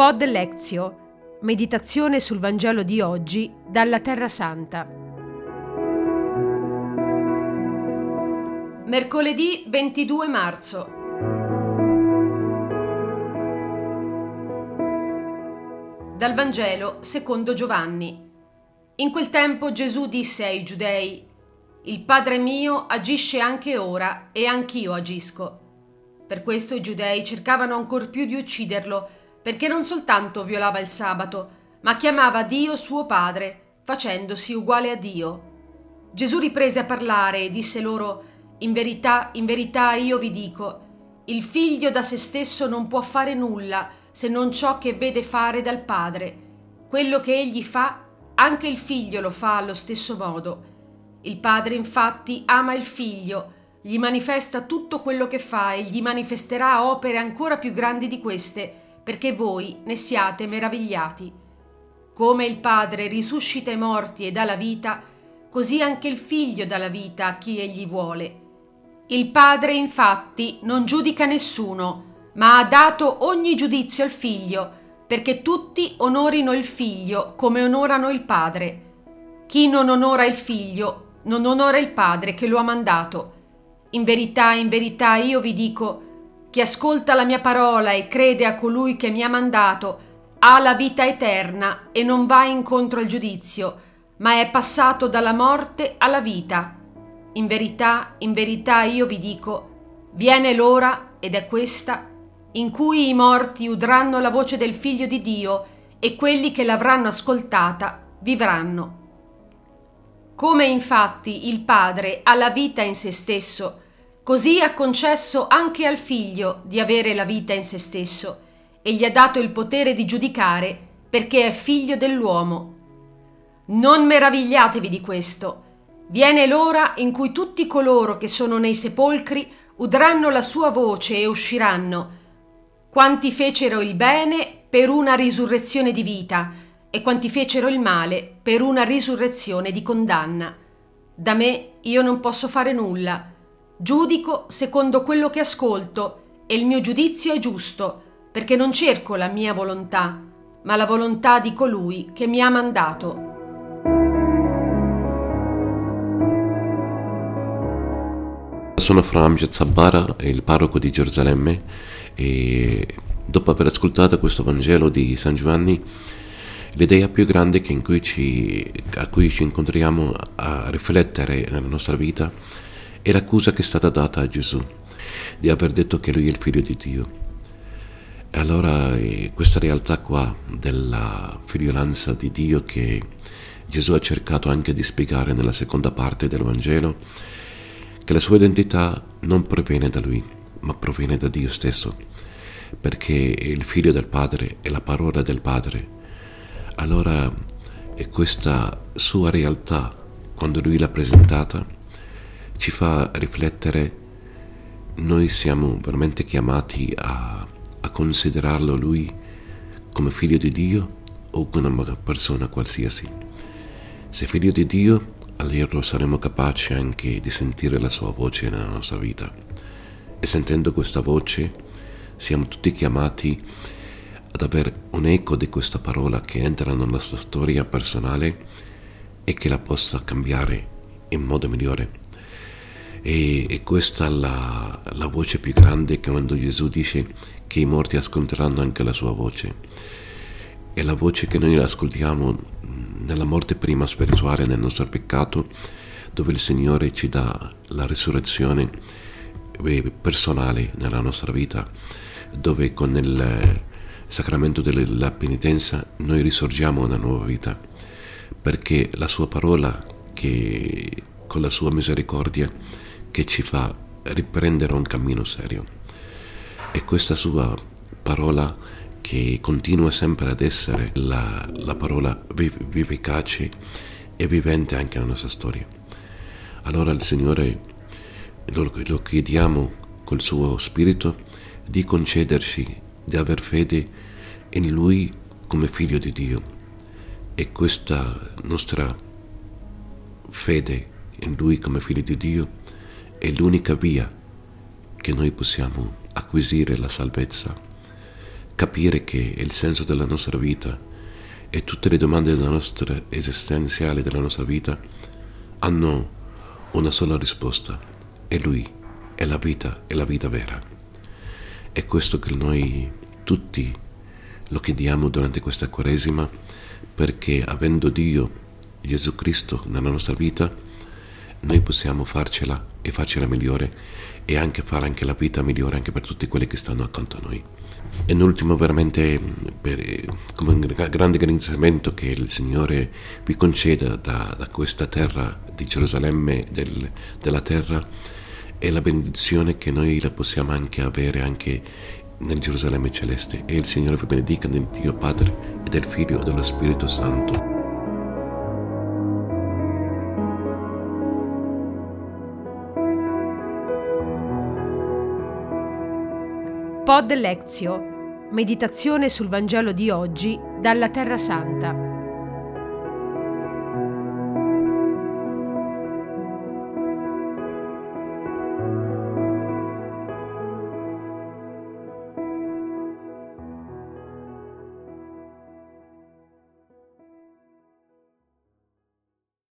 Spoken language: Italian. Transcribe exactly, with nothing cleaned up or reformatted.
Pod Lectio, meditazione sul Vangelo di oggi dalla Terra Santa. Mercoledì ventidue marzo. Dal Vangelo secondo Giovanni. In quel tempo Gesù disse ai Giudei: «Il Padre mio agisce anche ora e anch'io agisco». Per questo i Giudei cercavano ancor più di ucciderlo, perché non soltanto violava il sabato, ma chiamava Dio suo Padre, facendosi uguale a Dio. Gesù riprese a parlare e disse loro: «In verità, in verità io vi dico, il figlio da se stesso non può fare nulla se non ciò che vede fare dal Padre. Quello che egli fa, anche il figlio lo fa allo stesso modo. Il Padre infatti ama il figlio, gli manifesta tutto quello che fa e gli manifesterà opere ancora più grandi di queste, perché voi ne siate meravigliati. Come il Padre risuscita i morti e dà la vita, così anche il Figlio dà la vita a chi egli vuole. Il Padre infatti non giudica nessuno, ma ha dato ogni giudizio al Figlio, perché tutti onorino il Figlio come onorano il Padre. Chi non onora il Figlio non onora il Padre che lo ha mandato. In verità, in verità io vi dico, chi ascolta la mia parola e crede a colui che mi ha mandato ha la vita eterna e non va incontro al giudizio, ma è passato dalla morte alla vita. In verità, in verità io vi dico, viene l'ora, ed è questa, in cui i morti udranno la voce del Figlio di Dio e quelli che l'avranno ascoltata vivranno. Come infatti il Padre ha la vita in se stesso, così ha concesso anche al Figlio di avere la vita in se stesso e gli ha dato il potere di giudicare perché è figlio dell'uomo. Non meravigliatevi di questo. Viene l'ora in cui tutti coloro che sono nei sepolcri udranno la sua voce e usciranno. Quanti fecero il bene per una risurrezione di vita e quanti fecero il male per una risurrezione di condanna. Da me io non posso fare nulla. Giudico secondo quello che ascolto e il mio giudizio è giusto, perché non cerco la mia volontà, ma la volontà di colui che mi ha mandato». Sono Fra Amjad Sabbara, il parroco di Gerusalemme, e dopo aver ascoltato questo Vangelo di San Giovanni, l'idea più grande che in cui ci, a cui ci incontriamo a riflettere nella nostra vita è l'accusa che è stata data a Gesù di aver detto che lui è il figlio di Dio. E allora eh, questa realtà qua della figliolanza di Dio che Gesù ha cercato anche di spiegare nella seconda parte del Vangelo, che la sua identità non proviene da lui, ma proviene da Dio stesso, perché è il figlio del Padre, è la parola del Padre. Allora è questa sua realtà, quando lui l'ha presentata, ci fa riflettere. Noi siamo veramente chiamati a, a considerarlo lui come figlio di Dio o come una persona qualsiasi. Se figlio di Dio, allora saremo capaci anche di sentire la sua voce nella nostra vita, e sentendo questa voce siamo tutti chiamati ad avere un eco di questa parola che entra nella nostra storia personale e che la possa cambiare in modo migliore. E, e questa è la, la voce più grande, che quando Gesù dice che i morti ascolteranno anche la sua voce, è la voce che noi ascoltiamo nella morte prima spirituale, nel nostro peccato, dove il Signore ci dà la risurrezione personale nella nostra vita, dove con il sacramento della penitenza noi risorgiamo una nuova vita, perché la sua parola, che con la sua misericordia, che ci fa riprendere un cammino serio. E questa sua parola che continua sempre ad essere la, la parola viv- vivificace e vivente anche nella nostra storia. Allora il Signore lo, lo chiediamo col suo Spirito di concederci di aver fede in Lui come Figlio di Dio, e questa nostra fede in Lui come Figlio di Dio è l'unica via che noi possiamo acquisire la salvezza, capire che il senso della nostra vita e tutte le domande della nostra esistenziale, della nostra vita, hanno una sola risposta: è Lui, è la vita, è la vita vera. È questo che noi tutti lo chiediamo durante questa Quaresima, perché avendo Dio, Gesù Cristo, nella nostra vita, noi possiamo farcela e farcela migliore, e anche fare anche la vita migliore anche per tutti quelli che stanno accanto a noi. E in ultimo, veramente, per, come un grande ringraziamento che il Signore vi conceda da, da questa terra di Gerusalemme, del, della terra, e la benedizione che noi la possiamo anche avere anche nel Gerusalemme celeste. E il Signore vi benedica nel Dio Padre e del Figlio e dello Spirito Santo. Pod Lectio, meditazione sul Vangelo di oggi dalla Terra Santa.